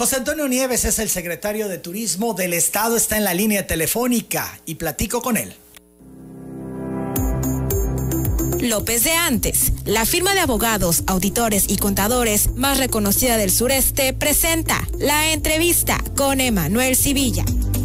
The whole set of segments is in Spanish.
José Antonio Nieves es el secretario de Turismo del Estado, está en la línea telefónica y platico con él. López de Antes, la firma de abogados, auditores y contadores más reconocida del sureste, presenta la entrevista con Emanuel Civilla.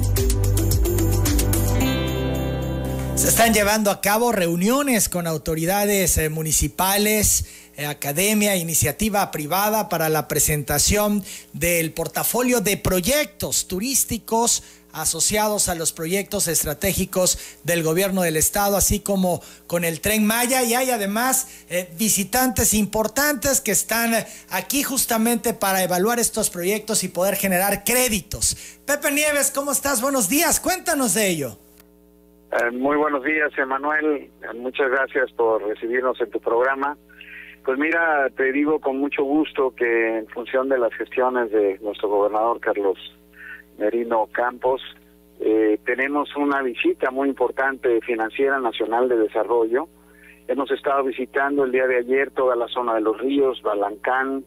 Se están llevando a cabo reuniones con autoridades municipales, academia, iniciativa privada para la presentación del portafolio de proyectos turísticos asociados a los proyectos estratégicos del gobierno del estado, así como con el Tren Maya, y hay además visitantes importantes que están aquí justamente para evaluar estos proyectos y poder generar créditos. Pepe Nieves, ¿cómo estás? Buenos días, cuéntanos de ello. Muy buenos días, Emanuel. Muchas gracias por recibirnos en tu programa. Pues mira, te digo con mucho gusto que en función de las gestiones de nuestro gobernador Carlos Merino Campos, tenemos una visita muy importante Financiera Nacional de Desarrollo. Hemos estado visitando el día de ayer toda la zona de Los Ríos, Balancán,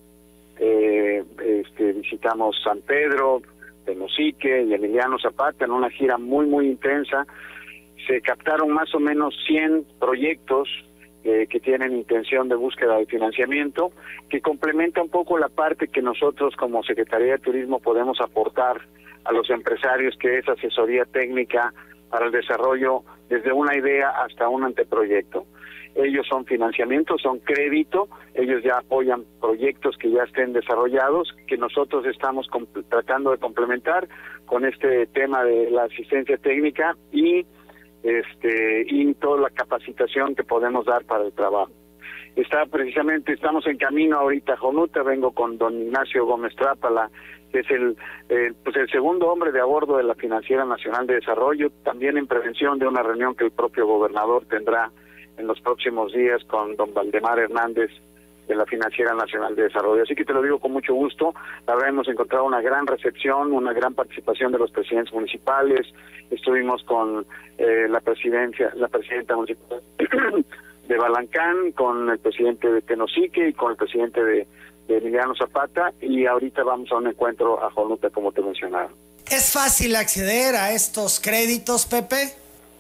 visitamos San Pedro, Tenosique y Emiliano Zapata en una gira muy intensa. Se captaron más o menos 100 proyectos que tienen intención de búsqueda de financiamiento, que complementa un poco la parte que nosotros como Secretaría de Turismo podemos aportar a los empresarios, que es asesoría técnica para el desarrollo desde una idea hasta un anteproyecto. Ellos son financiamiento, son crédito, ellos ya apoyan proyectos que ya estén desarrollados, que nosotros estamos tratando de complementar con este tema de la asistencia técnica y toda la capacitación que podemos dar para el trabajo. Estamos en camino ahorita a Jonuta, vengo con don Ignacio Gómez Trápala, que es el segundo hombre de a bordo de la Financiera Nacional de Desarrollo, también en prevención de una reunión que el propio gobernador tendrá en los próximos días con don Valdemar Hernández de la Financiera Nacional de Desarrollo. Así que te lo digo con mucho gusto. La verdad, hemos encontrado una gran recepción, una gran participación de los presidentes municipales. Estuvimos con la presidenta municipal de Balancán, con el presidente de Tenosique y con el presidente de Emiliano Zapata, y ahorita vamos a un encuentro a Jonuta, como te mencionaba. ¿Es fácil acceder a estos créditos, Pepe?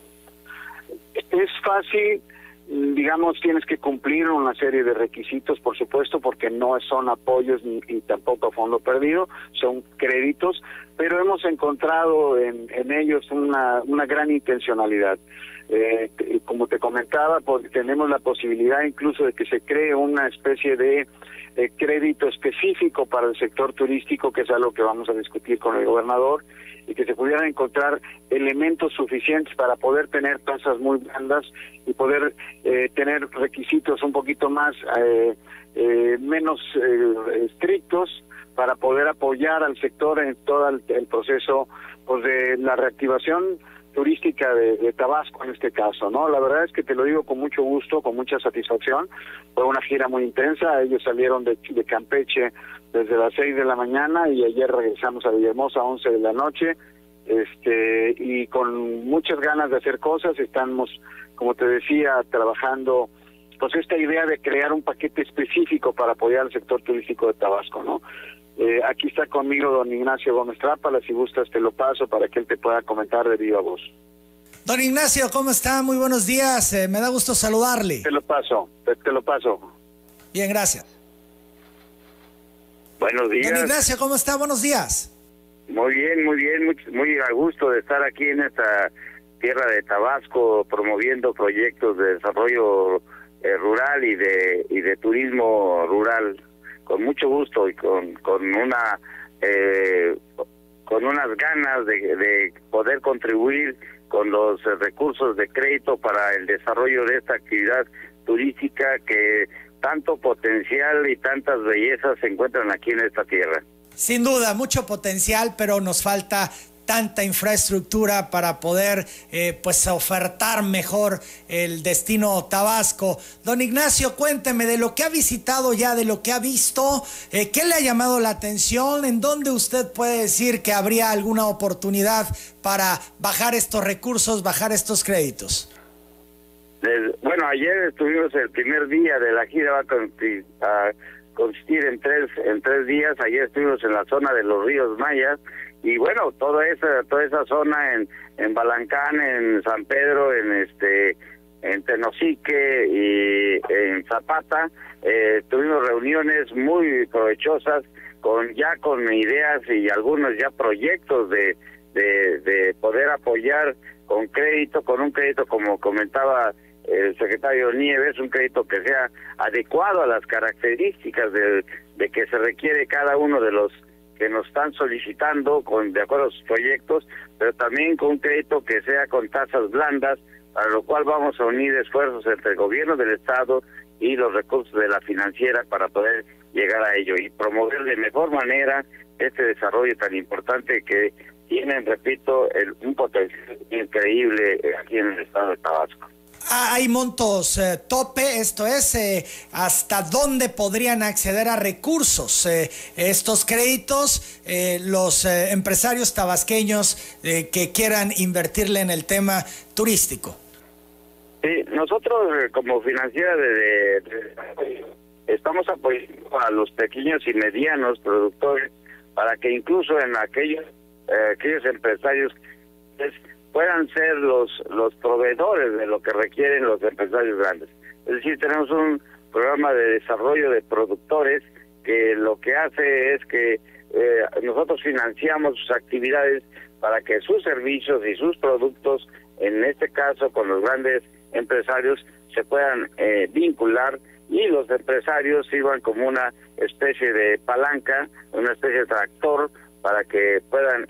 Es fácil. Digamos, tienes que cumplir una serie de requisitos, por supuesto, porque no son apoyos ni tampoco a fondo perdido, son créditos, pero hemos encontrado en ellos una gran intencionalidad. Como te comentaba, tenemos la posibilidad incluso de que se cree una especie de crédito específico para el sector turístico, que es algo que vamos a discutir con el gobernador, y que se pudieran encontrar elementos suficientes para poder tener tasas muy blandas y poder tener requisitos un poquito más menos estrictos para poder apoyar al sector en todo el proceso de la reactivación turística de Tabasco en este caso, ¿no? La verdad es que te lo digo con mucho gusto, con mucha satisfacción. Fue una gira muy intensa. Ellos salieron de Campeche desde las 6 de la mañana y ayer regresamos a Villahermosa a 11 de la noche, y con muchas ganas de hacer cosas. Estamos, como te decía, trabajando pues esta idea de crear un paquete específico para apoyar al sector turístico de Tabasco, ¿no? Aquí está conmigo don Ignacio Gómez Trápala, si gustas te lo paso para que él te pueda comentar de viva voz. Don Ignacio, ¿cómo está? Muy buenos días, me da gusto saludarle. Te lo paso. Bien, gracias. Buenos días. Don Ignacio, ¿cómo está? Buenos días. Muy bien, muy a gusto de estar aquí en esta tierra de Tabasco promoviendo proyectos de desarrollo rural y de turismo rural. Con mucho gusto y con unas ganas de poder contribuir con los recursos de crédito para el desarrollo de esta actividad turística que tanto potencial y tantas bellezas se encuentran aquí en esta tierra. Sin duda, mucho potencial, pero nos falta tanta infraestructura para poder ofertar mejor el destino Tabasco. Don Ignacio, cuénteme de lo que ha visitado ya, de lo que ha visto, ¿qué le ha llamado la atención? ¿En dónde usted puede decir que habría alguna oportunidad para bajar estos recursos, bajar estos créditos? Bueno, ayer estuvimos el primer día de la gira consistir en tres días. Ayer estuvimos en la zona de los ríos Mayas y bueno, toda esa zona en Balancán, en San Pedro, en Tenosique y en Zapata, tuvimos reuniones muy provechosas con ideas y algunos ya proyectos de poder apoyar con un crédito como comentaba el secretario Nieves, un crédito que sea adecuado a las características de que se requiere cada uno de los que nos están solicitando de acuerdo a sus proyectos, pero también con un crédito que sea con tasas blandas, para lo cual vamos a unir esfuerzos entre el gobierno del estado y los recursos de la financiera para poder llegar a ello y promover de mejor manera este desarrollo tan importante que tienen, repito, un potencial increíble aquí en el estado de Tabasco. Hay montos tope, esto es, ¿hasta dónde podrían acceder a recursos estos créditos los empresarios tabasqueños que quieran invertirle en el tema turístico? Sí, nosotros como financiera estamos apoyando a los pequeños y medianos productores para que incluso en aquellos empresarios puedan ser los proveedores de lo que requieren los empresarios grandes. Es decir, tenemos un programa de desarrollo de productores que lo que hace es que nosotros financiamos sus actividades para que sus servicios y sus productos, en este caso con los grandes empresarios, se puedan vincular y los empresarios sirvan como una especie de palanca, una especie de tractor para que puedan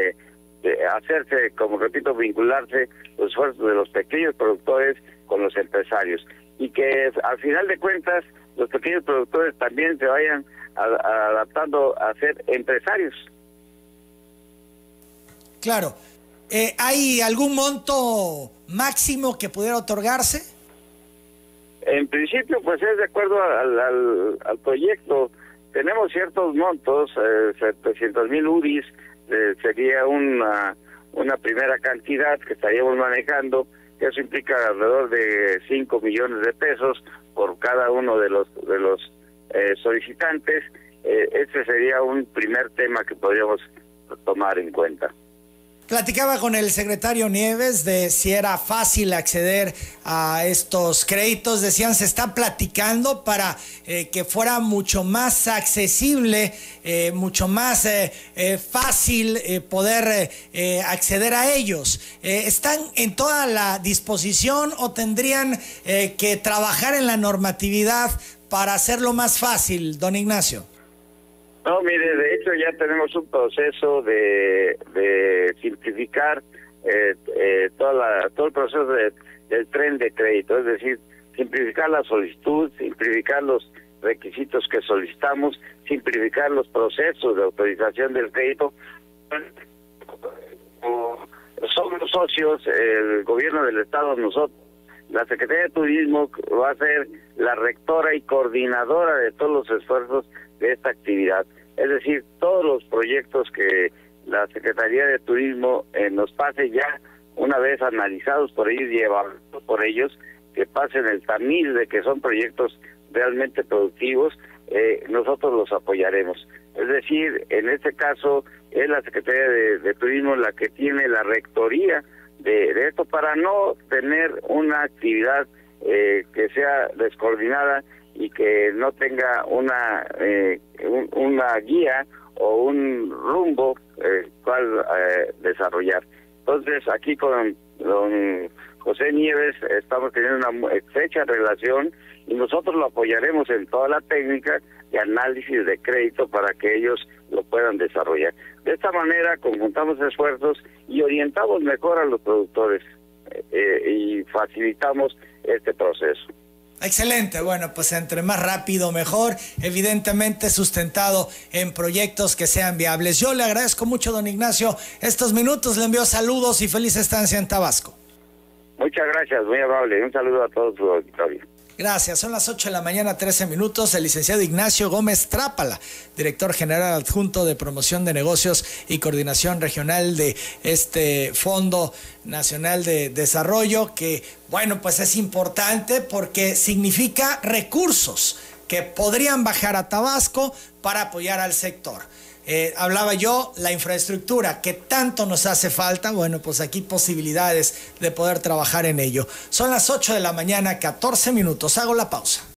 hacerse, como repito, vincularse los esfuerzos de los pequeños productores con los empresarios y que al final de cuentas los pequeños productores también se vayan adaptando a ser empresarios. Claro. ¿Hay algún monto máximo que pudiera otorgarse? En principio, pues es de acuerdo al proyecto. Tenemos ciertos montos, 700,000 UDIs, sería una primera cantidad que estaríamos manejando, que eso implica alrededor de 5 millones de pesos por cada uno de los solicitantes. Ese sería un primer tema que podríamos tomar en cuenta. Platicaba con el secretario Nieves de si era fácil acceder a estos créditos. Decían, se está platicando para que fuera mucho más accesible, mucho más fácil poder acceder a ellos. ¿Están en toda la disposición o tendrían que trabajar en la normatividad para hacerlo más fácil, don Ignacio? No, mire, de hecho ya tenemos un proceso de simplificar todo el proceso del tren de crédito, es decir, simplificar la solicitud, simplificar los requisitos que solicitamos, simplificar los procesos de autorización del crédito. Somos socios, el gobierno del estado, nosotros, la Secretaría de Turismo va a ser la rectora y coordinadora de todos los esfuerzos de esta actividad. Es decir, todos los proyectos que la Secretaría de Turismo nos pase ya, una vez analizados por ellos y llevados por ellos, que pasen el tamiz de que son proyectos realmente productivos, nosotros los apoyaremos. Es decir, en este caso es la Secretaría de Turismo la que tiene la rectoría de esto para no tener una actividad que sea descoordinada y que no tenga una guía o un rumbo cual desarrollar. Entonces, aquí con don José Nieves estamos teniendo una estrecha relación y nosotros lo apoyaremos en toda la técnica de análisis de crédito para que ellos lo puedan desarrollar. De esta manera conjuntamos esfuerzos y orientamos mejor a los productores y facilitamos este proceso. Excelente, bueno, pues entre más rápido mejor, evidentemente sustentado en proyectos que sean viables. Yo le agradezco mucho, don Ignacio, estos minutos, le envío saludos y feliz estancia en Tabasco. Muchas gracias, muy amable, un saludo a todos su auditorio. Gracias, son las 8 de la mañana, 13 minutos. El licenciado Ignacio Gómez Trápala, director general adjunto de Promoción de Negocios y Coordinación Regional de este Fondo Nacional de Desarrollo, que, bueno, pues es importante porque significa recursos que podrían bajar a Tabasco para apoyar al sector. Hablaba yo, la infraestructura que tanto nos hace falta, bueno, pues aquí posibilidades de poder trabajar en ello. Son las 8 de la mañana, 14 minutos. Hago la pausa.